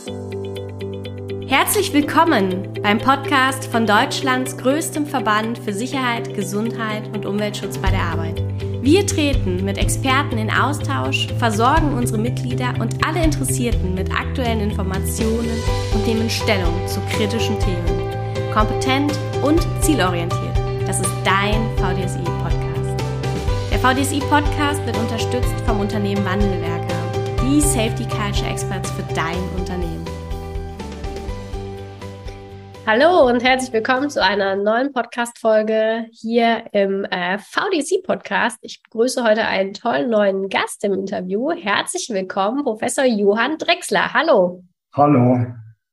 Herzlich willkommen beim Podcast von Deutschlands größtem Verband für Sicherheit, Gesundheit und Umweltschutz bei der Arbeit. Wir treten mit Experten in Austausch, versorgen unsere Mitglieder und alle Interessierten mit aktuellen Informationen und nehmen Stellung zu kritischen Themen. Kompetent und zielorientiert. Das ist dein VDSI-Podcast. Der VDSI-Podcast wird unterstützt vom Unternehmen Wandelwerker, die Safety Culture Experts für dein Unternehmen. Hallo und herzlich willkommen zu einer neuen Podcast-Folge hier im VDSI-Podcast. Ich begrüße heute einen tollen neuen Gast im Interview. Herzlich willkommen, Professor Johann Drechsler. Hallo. Hallo.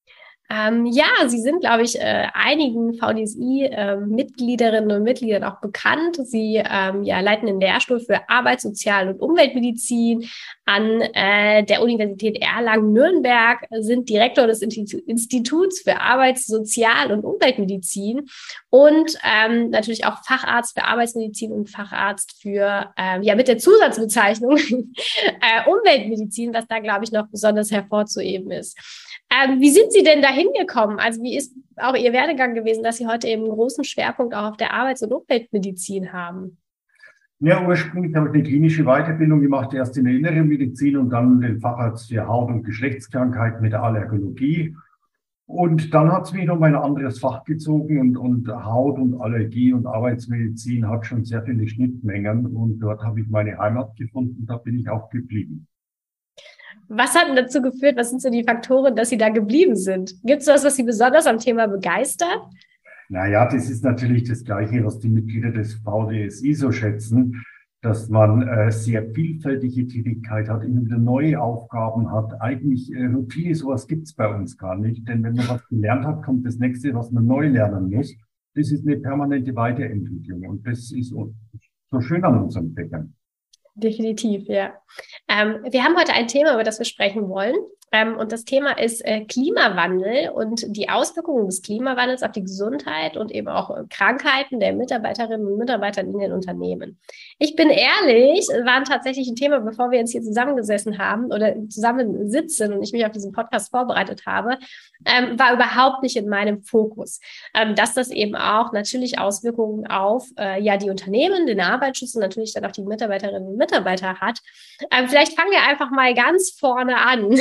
Sie sind, glaube ich, einigen VDSI-Mitgliederinnen und Mitgliedern auch bekannt. Sie leiten den Lehrstuhl für Arbeits-, Sozial- und Umweltmedizin an der Universität Erlangen-Nürnberg, sind Direktor des Instituts für Arbeits-, Sozial- und Umweltmedizin und natürlich auch Facharzt für Arbeitsmedizin und Facharzt für, mit der Zusatzbezeichnung Umweltmedizin, was da, glaube ich, noch besonders hervorzuheben ist. Wie sind Sie denn dahin gekommen? Also wie ist auch Ihr Werdegang gewesen, dass Sie heute eben einen großen Schwerpunkt auch auf der Arbeits- und Umweltmedizin haben? Ja, ursprünglich habe ich eine klinische Weiterbildung gemacht, erst in der inneren Medizin und dann den Facharzt für Haut- und Geschlechtskrankheiten mit der Allergologie. Und dann hat es mich um ein anderes Fach gezogen und Haut- und Allergie- und Arbeitsmedizin hat schon sehr viele Schnittmengen und dort habe ich meine Heimat gefunden, da bin ich auch geblieben. Was hat denn dazu geführt? Was sind so die Faktoren, dass Sie da geblieben sind? Gibt es was Sie besonders am Thema begeistert? Naja, das ist natürlich das Gleiche, was die Mitglieder des VDSI so schätzen, dass man sehr vielfältige Tätigkeit hat, immer wieder neue Aufgaben hat. Eigentlich Routine, sowas gibt's bei uns gar nicht, denn wenn man was gelernt hat, kommt das nächste, was man neu lernen muss. Das ist eine permanente Weiterentwicklung und das ist so schön an unseren Fächern. Definitiv, ja. Wir haben heute ein Thema, über das wir sprechen wollen. Und das Thema ist Klimawandel und die Auswirkungen des Klimawandels auf die Gesundheit und eben auch Krankheiten der Mitarbeiterinnen und Mitarbeiter in den Unternehmen. Ich bin ehrlich, war tatsächlich ein Thema, bevor wir jetzt hier zusammengesessen haben oder zusammen sitzen und ich mich auf diesen Podcast vorbereitet habe, war überhaupt nicht in meinem Fokus. Dass das eben auch natürlich Auswirkungen auf die Unternehmen, den Arbeitsschutz und natürlich dann auch die Mitarbeiterinnen und Mitarbeiter hat. Vielleicht fangen wir einfach mal ganz vorne an.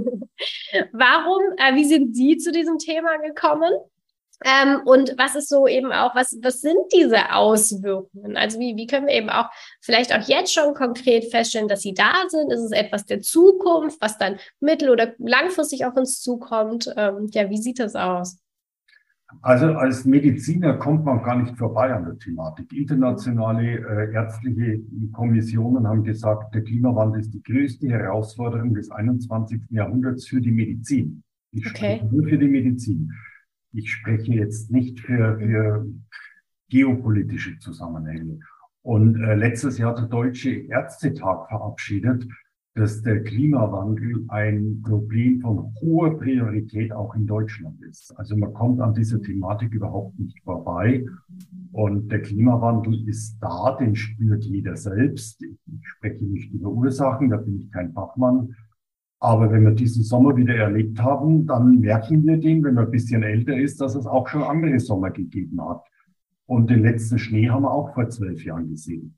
Wie sind Sie zu diesem Thema gekommen? Und was ist so eben auch, was sind diese Auswirkungen? Also wie können wir eben auch vielleicht auch jetzt schon konkret feststellen, dass sie da sind? Ist es etwas der Zukunft, was dann mittel- oder langfristig auf uns zukommt? Wie sieht das aus? Also als Mediziner kommt man gar nicht vorbei an der Thematik. Internationale ärztliche Kommissionen haben gesagt, der Klimawandel ist die größte Herausforderung des 21. Jahrhunderts für die Medizin. Ich spreche nur für die Medizin. Ich spreche jetzt nicht für geopolitische Zusammenhänge. Und letztes Jahr hat der Deutsche Ärztetag verabschiedet, dass der Klimawandel ein Problem von hoher Priorität auch in Deutschland ist. Also man kommt an dieser Thematik überhaupt nicht vorbei. Und der Klimawandel ist da, den spürt jeder selbst. Ich spreche nicht über Ursachen, da bin ich kein Fachmann. Aber wenn wir diesen Sommer wieder erlebt haben, dann merken wir den, wenn man ein bisschen älter ist, dass es auch schon andere Sommer gegeben hat. Und den letzten Schnee haben wir auch vor 12 Jahren gesehen.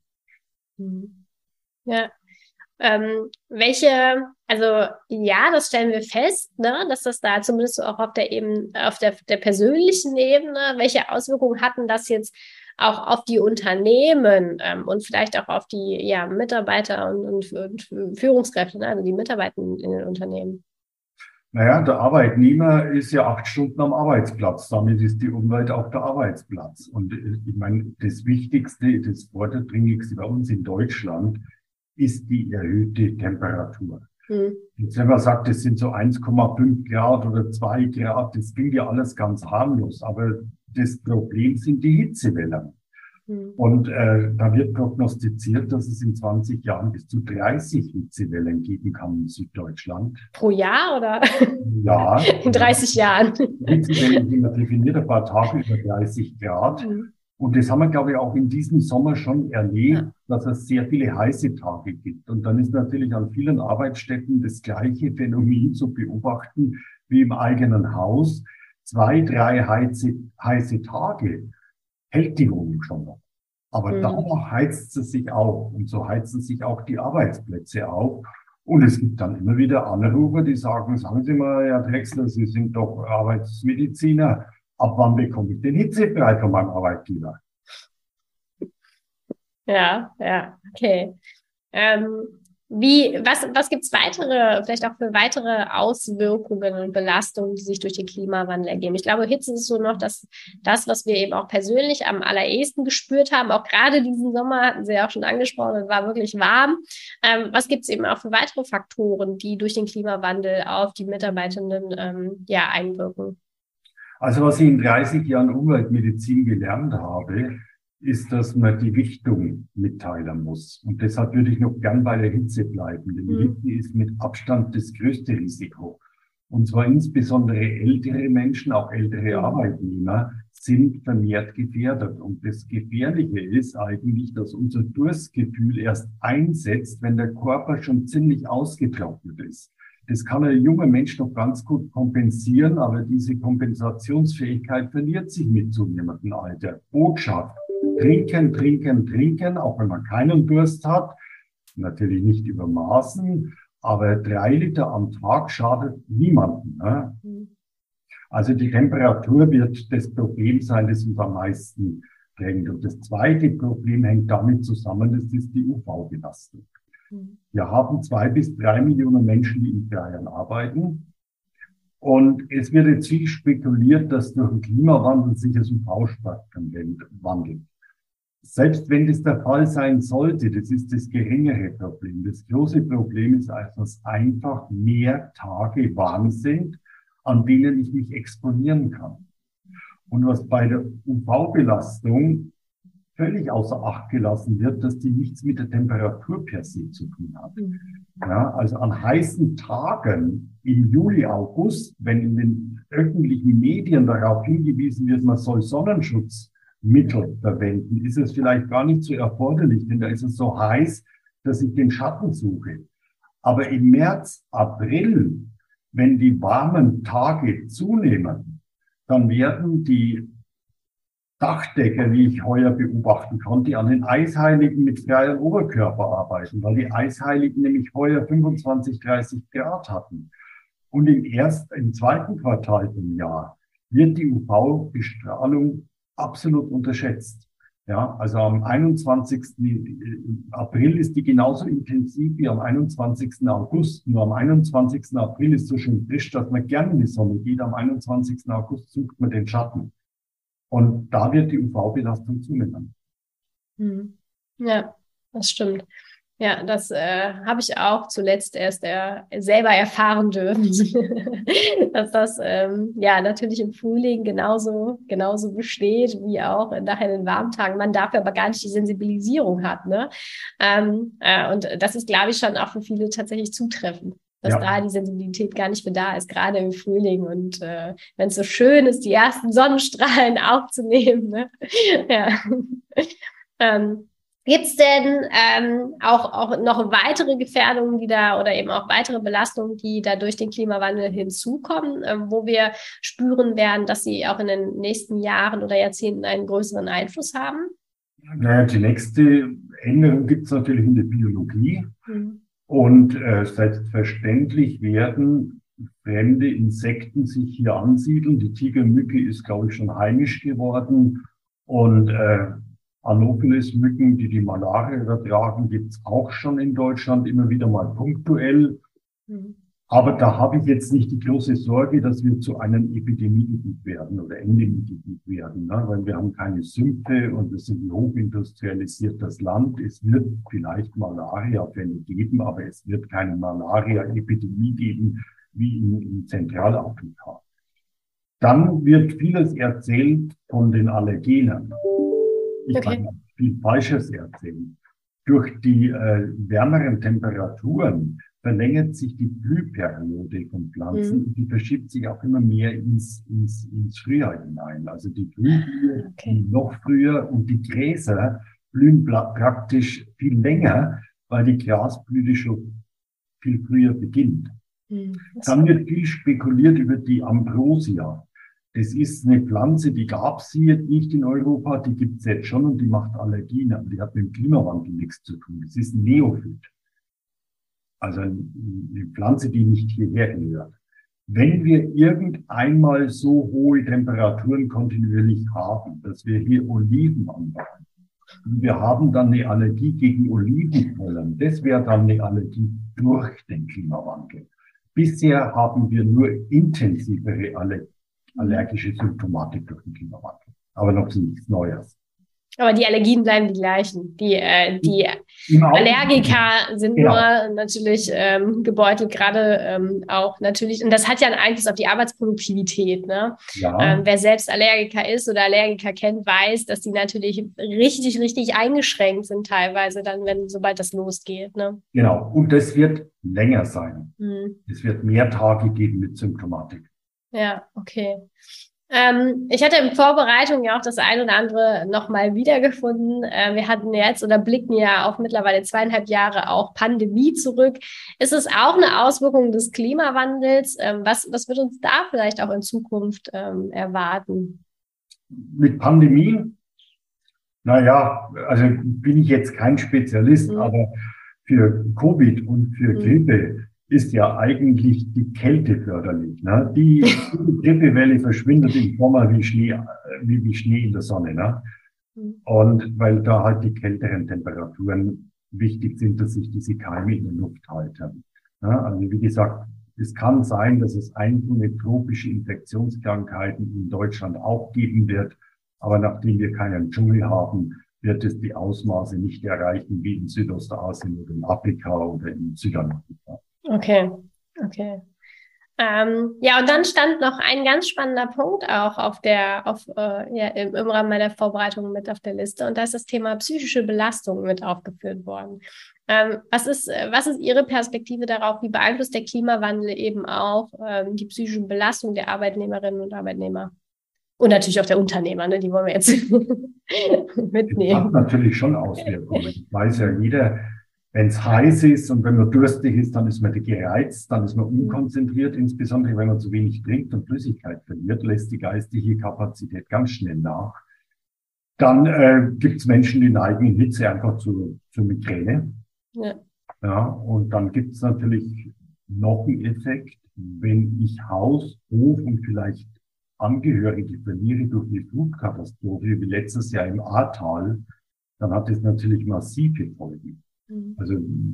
Ja. Das stellen wir fest, ne, dass das da zumindest auch auf der persönlichen Ebene, welche Auswirkungen hatten das jetzt auch auf die Unternehmen und vielleicht auch auf die Mitarbeiter und Führungskräfte, ne, also die Mitarbeitenden in den Unternehmen? Naja, der Arbeitnehmer ist ja 8 Stunden am Arbeitsplatz. Damit ist die Umwelt auch der Arbeitsplatz. Und ich meine, das Wichtigste, das Vordringlichste bei uns in Deutschland ist die erhöhte Temperatur. Jetzt, wenn man sagt, es sind so 1,5 Grad oder 2 Grad, das klingt ja alles ganz harmlos. Aber das Problem sind die Hitzewellen. Und da wird prognostiziert, dass es in 20 Jahren bis zu 30 Hitzewellen geben kann in Süddeutschland. Pro Jahr oder? Ja. In 30 Jahren. Hitzewellen sind definiert, ein paar Tage über 30 Grad. Und das haben wir, glaube ich, auch in diesem Sommer schon erlebt, dass es sehr viele heiße Tage gibt. Und dann ist natürlich an vielen Arbeitsstätten das gleiche Phänomen zu beobachten, wie im eigenen Haus, 2, 3 heiße Tage hält die Wohnung schon noch. Aber danach heizt sie sich auf und so heizen sich auch die Arbeitsplätze auf. Und es gibt dann immer wieder Anrufer, die sagen, sagen Sie mal, Herr Drechsler, Sie sind doch Arbeitsmediziner. Ab wann bekomme ich den hitzefrei von meinem Arbeitgeber? Ja, okay. Was gibt's weitere, vielleicht auch für weitere Auswirkungen und Belastungen, die sich durch den Klimawandel ergeben? Ich glaube, Hitze ist so noch das, was wir eben auch persönlich am allerersten gespürt haben. Auch gerade diesen Sommer hatten Sie ja auch schon angesprochen, es war wirklich warm. Was gibt's eben auch für weitere Faktoren, die durch den Klimawandel auf die Mitarbeitenden einwirken? Also was ich in 30 Jahren Umweltmedizin gelernt habe, ist, dass man die Richtung mitteilen muss. Und deshalb würde ich noch gern bei der Hitze bleiben. Denn die Hitze ist mit Abstand das größte Risiko. Und zwar insbesondere ältere Menschen, auch ältere Arbeitnehmer, sind vermehrt gefährdet. Und das Gefährliche ist eigentlich, dass unser Durstgefühl erst einsetzt, wenn der Körper schon ziemlich ausgetrocknet ist. Das kann ein junger Mensch noch ganz gut kompensieren, aber diese Kompensationsfähigkeit verliert sich mit zunehmendem Alter. Botschaft: Trinken, trinken, trinken, auch wenn man keinen Durst hat. Natürlich nicht über Maßen, aber 3 Liter am Tag schadet niemandem. Ne? Also die Temperatur wird das Problem sein, das uns am meisten drängt. Und das zweite Problem hängt damit zusammen, das ist die UV-Belastung. Wir haben 2 bis 3 Millionen Menschen, die im Freien arbeiten. Und es wird jetzt viel spekuliert, dass durch den Klimawandel sich das UV-Spektrum wandelt. Selbst wenn das der Fall sein sollte, das ist das geringere Problem. Das große Problem ist also, dass einfach mehr Tage warm sind, an denen ich mich exponieren kann. Und was bei der UV-Belastung völlig außer Acht gelassen wird, dass die nichts mit der Temperatur per se zu tun hat. Ja, also an heißen Tagen im Juli, August, wenn in den öffentlichen Medien darauf hingewiesen wird, man soll Sonnenschutzmittel verwenden, ist es vielleicht gar nicht so erforderlich, denn da ist es so heiß, dass ich den Schatten suche. Aber im März, April, wenn die warmen Tage zunehmen, dann werden die Dachdecker, wie ich heuer beobachten konnte, an den Eisheiligen mit freiem Oberkörper arbeiten, weil die Eisheiligen nämlich heuer 25, 30 Grad hatten. Und im zweiten Quartal vom Jahr wird die UV-Bestrahlung absolut unterschätzt. Ja, also am 21. April ist die genauso intensiv wie am 21. August. Nur am 21. April ist so schön frisch, dass man gerne in die Sonne geht. Am 21. August sucht man den Schatten. Und da wird die UV-Belastung zunehmen. Ja, das stimmt. Ja, das habe ich auch zuletzt erst selber erfahren dürfen, dass das natürlich im Frühling genauso besteht wie auch nachher in den Warmtagen. Man dafür aber gar nicht die Sensibilisierung hat, ne? Und das ist, glaube ich, schon auch für viele tatsächlich zutreffend, dass da die Sensibilität gar nicht mehr da ist, gerade im Frühling. Und wenn es so schön ist, die ersten Sonnenstrahlen aufzunehmen, ne? Ja. Gibt es denn auch noch weitere Gefährdungen, die da oder eben auch weitere Belastungen, die da durch den Klimawandel hinzukommen, wo wir spüren werden, dass sie auch in den nächsten Jahren oder Jahrzehnten einen größeren Einfluss haben? Naja, die nächste Änderung gibt es natürlich in der Biologie. Und selbstverständlich werden fremde Insekten sich hier ansiedeln. Die Tigermücke ist, glaube ich, schon heimisch geworden. Und Anopheles-Mücken, die Malaria übertragen, gibt es auch schon in Deutschland, immer wieder mal punktuell. Aber da habe ich jetzt nicht die große Sorge, dass wir zu einem Epidemiegebiet werden oder Endemiegebiet werden, ne? Weil wir haben keine Sümpfe und wir sind ein hochindustrialisiertes Land. Es wird vielleicht Malaria-Fälle geben, aber es wird keine Malaria-Epidemie geben wie in Zentralafrika. Dann wird vieles erzählt von den Allergenen. Ich kann viel Falsches erzählen. Durch die wärmeren Temperaturen verlängert sich die Blühperiode von Pflanzen und die verschiebt sich auch immer mehr ins Frühjahr hinein. Also die Blühblüher noch früher und die Gräser blühen praktisch viel länger, weil die Grasblüte schon viel früher beginnt. Dann wird viel spekuliert über die Ambrosia. Das ist eine Pflanze, die gab es hier nicht in Europa, die gibt es jetzt schon und die macht Allergien, aber die hat mit dem Klimawandel nichts zu tun. Das ist ein Neophyt. Also eine Pflanze, die nicht hierher gehört. Wenn wir irgendeinmal so hohe Temperaturen kontinuierlich haben, dass wir hier Oliven anbauen, und wir haben dann eine Allergie gegen Olivenpollen, das wäre dann eine Allergie durch den Klimawandel. Bisher haben wir nur intensivere allergische Symptomatik durch den Klimawandel, aber noch nichts Neues. Aber die Allergien bleiben die gleichen. Die Allergiker sind nur natürlich gebeutelt, gerade auch natürlich. Und das hat ja einen Einfluss auf die Arbeitsproduktivität. Ne? Ja. Wer selbst Allergiker ist oder Allergiker kennt, weiß, dass die natürlich richtig, richtig eingeschränkt sind teilweise dann, sobald das losgeht. Ne? Genau. Und das wird länger sein. Es wird mehr Tage geben mit Symptomatik. Ja, okay. Ich hatte in Vorbereitung ja auch das ein oder andere nochmal wiedergefunden. Wir hatten jetzt oder blicken ja auf mittlerweile 2,5 Jahre auch Pandemie zurück. Ist es auch eine Auswirkung des Klimawandels? Was wird uns da vielleicht auch in Zukunft erwarten? Mit Pandemie? Naja, also bin ich jetzt kein Spezialist, aber für Covid und für Grippe ist ja eigentlich die Kälte förderlich. Ne? Die Grippewelle verschwindet im Sommer wie Schnee in der Sonne. Ne? Und weil da halt die kälteren Temperaturen wichtig sind, dass sich diese Keime in der Luft halten. Ne? Also wie gesagt, es kann sein, dass es einzelne tropische Infektionskrankheiten in Deutschland auch geben wird. Aber nachdem wir keinen Dschungel haben, wird es die Ausmaße nicht erreichen wie in Südostasien oder in Afrika oder in Südamerika. Okay. Ja, und dann stand noch ein ganz spannender Punkt auch im Rahmen meiner Vorbereitung mit auf der Liste. Und da ist das Thema psychische Belastung mit aufgeführt worden. Was ist Ihre Perspektive darauf? Wie beeinflusst der Klimawandel eben auch die psychische Belastung der Arbeitnehmerinnen und Arbeitnehmer? Und natürlich auch der Unternehmer, ne? Die wollen wir jetzt mitnehmen. Das hat natürlich schon Auswirkungen. Ich weiß ja jeder, wenn es heiß ist und wenn man durstig ist, dann ist man gereizt, dann ist man unkonzentriert, insbesondere wenn man zu wenig trinkt und Flüssigkeit verliert, lässt die geistige Kapazität ganz schnell nach. Dann gibt es Menschen, die neigen in Hitze einfach zur Migräne. Ja, und dann gibt es natürlich noch einen Effekt, wenn ich Haus, Hof und vielleicht Angehörige verliere durch die Flutkatastrophe, wie letztes Jahr im Ahrtal, dann hat es natürlich massive Folgen. Also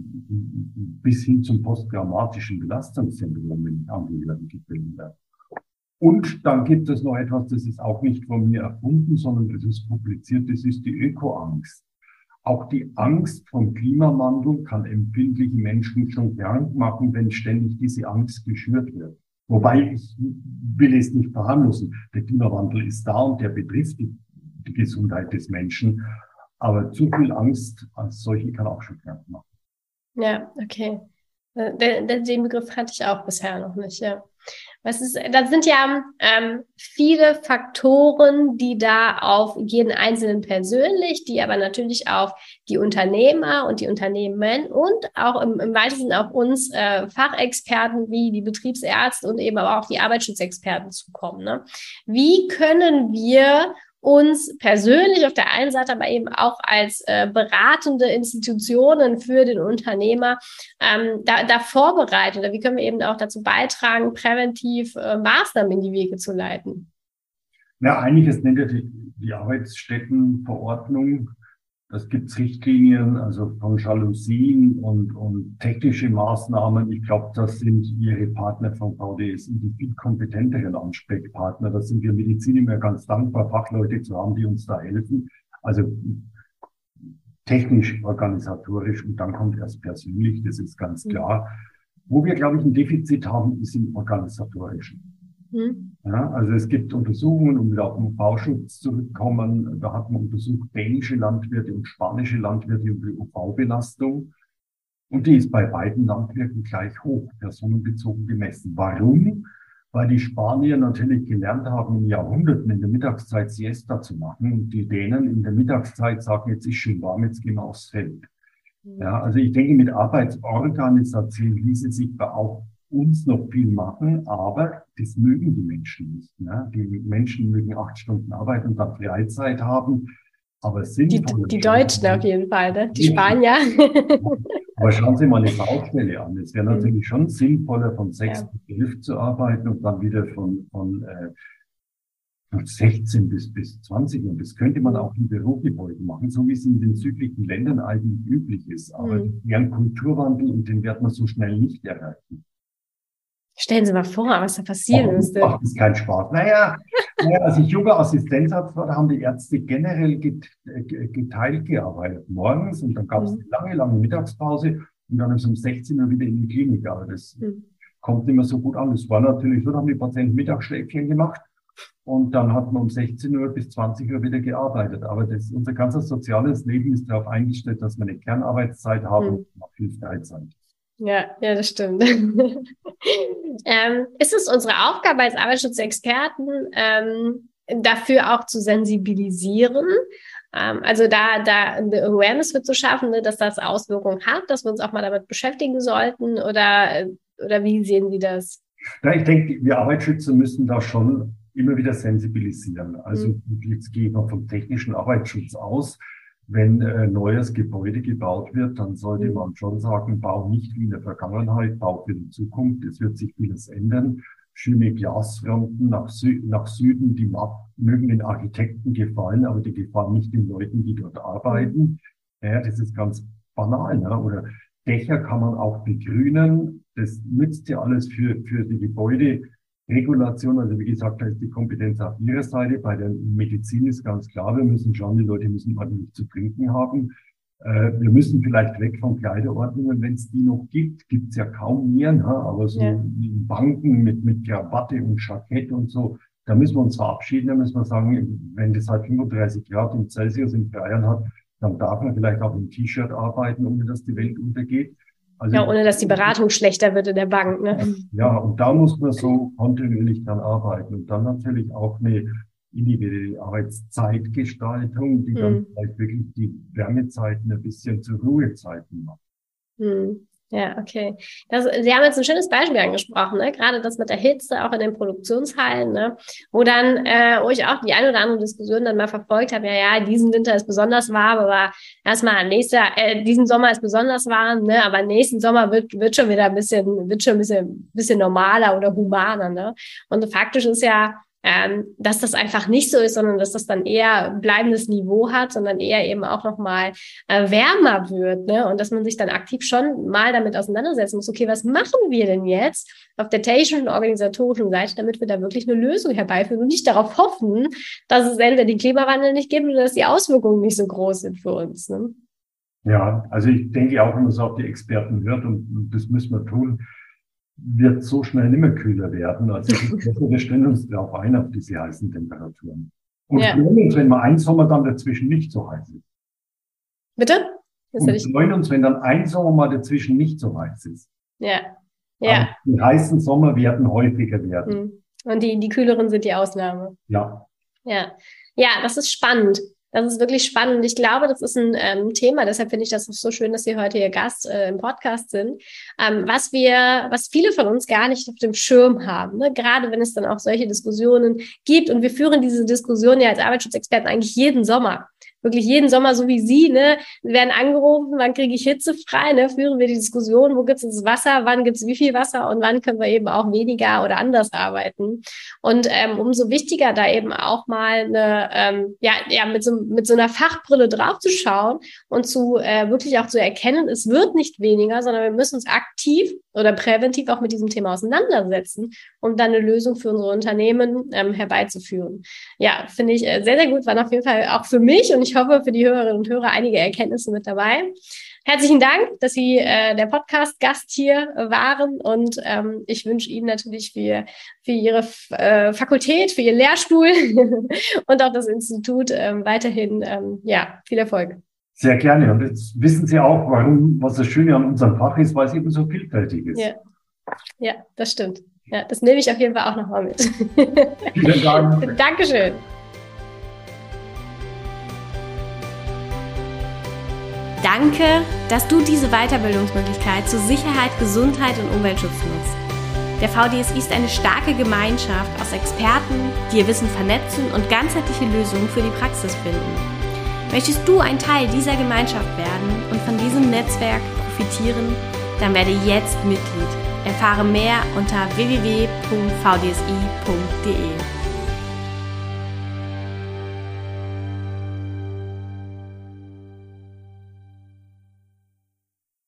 bis hin zum posttraumatischen Belastungssyndrom, wenn ich Angehörige verliere. Und dann gibt es noch etwas, das ist auch nicht von mir erfunden, sondern das ist publiziert, das ist die Ökoangst. Auch die Angst vom Klimawandel kann empfindliche Menschen schon krank machen, wenn ständig diese Angst geschürt wird. Wobei ich will es nicht verharmlosen. Der Klimawandel ist da und der betrifft die Gesundheit des Menschen. Aber zu viel Angst als solche kann auch schon krank machen. Ja, okay. Den Begriff hatte ich auch bisher noch nicht, ja. Das sind ja viele Faktoren, die da auf jeden Einzelnen persönlich, die aber natürlich auf die Unternehmer und die Unternehmen und auch im weitesten auf uns Fachexperten wie die Betriebsärzte und eben aber auch die Arbeitsschutzexperten zukommen. Ne? Wie können wir uns persönlich auf der einen Seite, aber eben auch als beratende Institutionen für den Unternehmer da vorbereiten? Oder wie können wir eben auch dazu beitragen, präventiv Maßnahmen in die Wege zu leiten? Ja, einiges nennt ja die Arbeitsstättenverordnung. Das gibt's Richtlinien, also von Jalousien und technische Maßnahmen. Ich glaube, das sind Ihre Partner von VDSI, die viel kompetenteren Ansprechpartner. Da sind wir Mediziner ganz dankbar, Fachleute zu haben, die uns da helfen. Also technisch, organisatorisch und dann kommt erst persönlich, das ist ganz klar. Wo wir, glaube ich, ein Defizit haben, ist im Organisatorischen. Ja, also es gibt Untersuchungen, um wieder auf den Bauschutz zurückzukommen. Da hat man untersucht dänische Landwirte und spanische Landwirte über die UV-Belastung. Und die ist bei beiden Landwirten gleich hoch, personenbezogen gemessen. Warum? Weil die Spanier natürlich gelernt haben, in Jahrhunderten in der Mittagszeit Siesta zu machen. Und die Dänen in der Mittagszeit sagen, jetzt ist schön warm, jetzt gehen wir aufs Feld. Ja, also ich denke, mit Arbeitsorganisation ließe sich da auch uns noch viel machen, aber das mögen die Menschen nicht. Ne? Die Menschen mögen 8 Stunden arbeiten und dann Freizeit haben, aber sinnvoll. Die Deutschen auf jeden Fall, ne? Die Spanier. Aber schauen Sie mal eine Baustelle an. Es wäre natürlich schon sinnvoller, von 6 bis 11 zu arbeiten und dann wieder von 16 bis 20. Und das könnte man auch in Bürogebäuden machen, so wie es in den südlichen Ländern eigentlich üblich ist. Aber deren Kulturwandel, und den wird man so schnell nicht erreichen. Stellen Sie mal vor, was da passieren müsste. Macht das keinen Spaß. Naja, als ich Yoga-Assistenzarzt war, da haben die Ärzte generell geteilt gearbeitet. Morgens und dann gab es eine lange Mittagspause und dann ist um 16 Uhr wieder in die Klinik. Aber das kommt nicht mehr so gut an. Das war natürlich so, da haben die Patienten Mittagsschläfchen gemacht und dann hat man um 16 Uhr bis 20 Uhr wieder gearbeitet. Aber unser ganzes soziales Leben ist darauf eingestellt, dass wir eine Kernarbeitszeit haben und noch viel Freizeit. Ja, das stimmt. Ist es unsere Aufgabe als Arbeitsschutzexperten, dafür auch zu sensibilisieren? Also da eine Awareness für zu schaffen, ne, dass das Auswirkungen hat, dass wir uns auch mal damit beschäftigen sollten? Oder wie sehen Sie das? Ja, ich denke, wir Arbeitsschützer müssen da schon immer wieder sensibilisieren. Also jetzt gehe ich mal vom technischen Arbeitsschutz aus. Wenn neues Gebäude gebaut wird, dann sollte man schon sagen, bau nicht wie in der Vergangenheit, bau für die Zukunft. Es wird sich vieles ändern. Schöne Glasfronten nach Süden, die mögen den Architekten gefallen, aber die gefallen nicht den Leuten, die dort arbeiten. Ja, das ist ganz banal, ne? Oder Dächer kann man auch begrünen. Das nützt ja alles für die Gebäuderegulation. Also wie gesagt, da ist die Kompetenz auf Ihrer Seite. Bei der Medizin ist ganz klar, wir müssen schauen, die Leute müssen ordentlich zu trinken haben. Wir müssen vielleicht weg von Kleiderordnungen, wenn es die noch gibt. Gibt's ja kaum mehr, ne? Aber so in Banken mit Krawatte und Jackett und so, da müssen wir uns verabschieden. Da müssen wir sagen, wenn das halt 35 Grad im Celsius in Bayern hat, dann darf man vielleicht auch im T-Shirt arbeiten, ohne dass die Welt untergeht. Also, ja, ohne dass die Beratung schlechter wird in der Bank, ne? Ja, und da muss man so kontinuierlich dann arbeiten und dann natürlich auch eine individuelle Arbeitszeitgestaltung, die dann vielleicht wirklich die Wärmezeiten ein bisschen zu Ruhezeiten macht. Ja, okay. Sie haben jetzt ein schönes Beispiel angesprochen, ne? Gerade das mit der Hitze, auch in den Produktionshallen, ne? Wo ich auch die eine oder andere Diskussion dann mal verfolgt habe, ja, diesen Winter ist besonders warm, aber erstmal diesen Sommer ist besonders warm, ne? Aber nächsten Sommer wird schon wieder ein bisschen normaler oder humaner, ne? Und faktisch ist ja, dass das einfach nicht so ist, sondern dass das dann eher bleibendes Niveau hat, sondern eher eben auch nochmal wärmer wird, ne? Und dass man sich dann aktiv schon mal damit auseinandersetzen muss, okay, was machen wir denn jetzt auf der technischen und organisatorischen Seite, damit wir da wirklich eine Lösung herbeiführen und nicht darauf hoffen, dass es entweder den Klimawandel nicht gibt oder dass die Auswirkungen nicht so groß sind für uns, ne? Ja, also ich denke auch, wenn man so auf die Experten hört, und das müssen wir tun, wird so schnell nicht mehr kühler werden. Also wir stellen uns darauf ein, auf diese heißen Temperaturen. Und freuen uns, wenn mal ein Sommer dann dazwischen nicht so heiß ist. Bitte? Und freuen uns, wenn dann ein Sommer mal dazwischen nicht so heiß ist. Ja. Aber die heißen Sommer werden häufiger werden. Und die kühleren sind die Ausnahme. Ja. Ja, das ist spannend. Das ist wirklich spannend. Ich glaube, das ist ein Thema, deshalb finde ich das so schön, dass Sie heute Ihr Gast im Podcast sind, was viele von uns gar nicht auf dem Schirm haben, ne? Gerade wenn es dann auch solche Diskussionen gibt. Und wir führen diese Diskussion ja als Arbeitsschutzexperten eigentlich jeden Sommer. Wirklich jeden Sommer, so wie Sie, ne? Sie werden angerufen, wann kriege ich hitzefrei, ne? Führen wir die Diskussion, wo gibt es das Wasser, wann gibt es wie viel Wasser und wann können wir eben auch weniger oder anders arbeiten. Und umso wichtiger da eben auch mal mit so einer Fachbrille draufzuschauen und wirklich auch zu erkennen, es wird nicht weniger, sondern wir müssen uns aktiv oder präventiv auch mit diesem Thema auseinandersetzen, um dann eine Lösung für unsere Unternehmen herbeizuführen. Ja, finde ich sehr, sehr gut, waren auf jeden Fall auch für mich und ich hoffe für die Hörerinnen und Hörer einige Erkenntnisse mit dabei. Herzlichen Dank, dass Sie der Podcast-Gast hier waren und ich wünsche Ihnen natürlich für Ihre Fakultät, für Ihren Lehrstuhl und auch das Institut weiterhin viel Erfolg. Sehr gerne. Und jetzt wissen Sie auch, was das Schöne an unserem Fach ist, weil es eben so vielfältig ist. Ja, das stimmt. Ja, das nehme ich auf jeden Fall auch nochmal mit. Vielen Dank. Dankeschön. Danke, dass du diese Weiterbildungsmöglichkeit zu Sicherheit, Gesundheit und Umweltschutz nutzt. Der VDSI ist eine starke Gemeinschaft aus Experten, die ihr Wissen vernetzen und ganzheitliche Lösungen für die Praxis finden. Möchtest du ein Teil dieser Gemeinschaft werden und von diesem Netzwerk profitieren? Dann werde jetzt Mitglied. Erfahre mehr unter www.vdsi.de.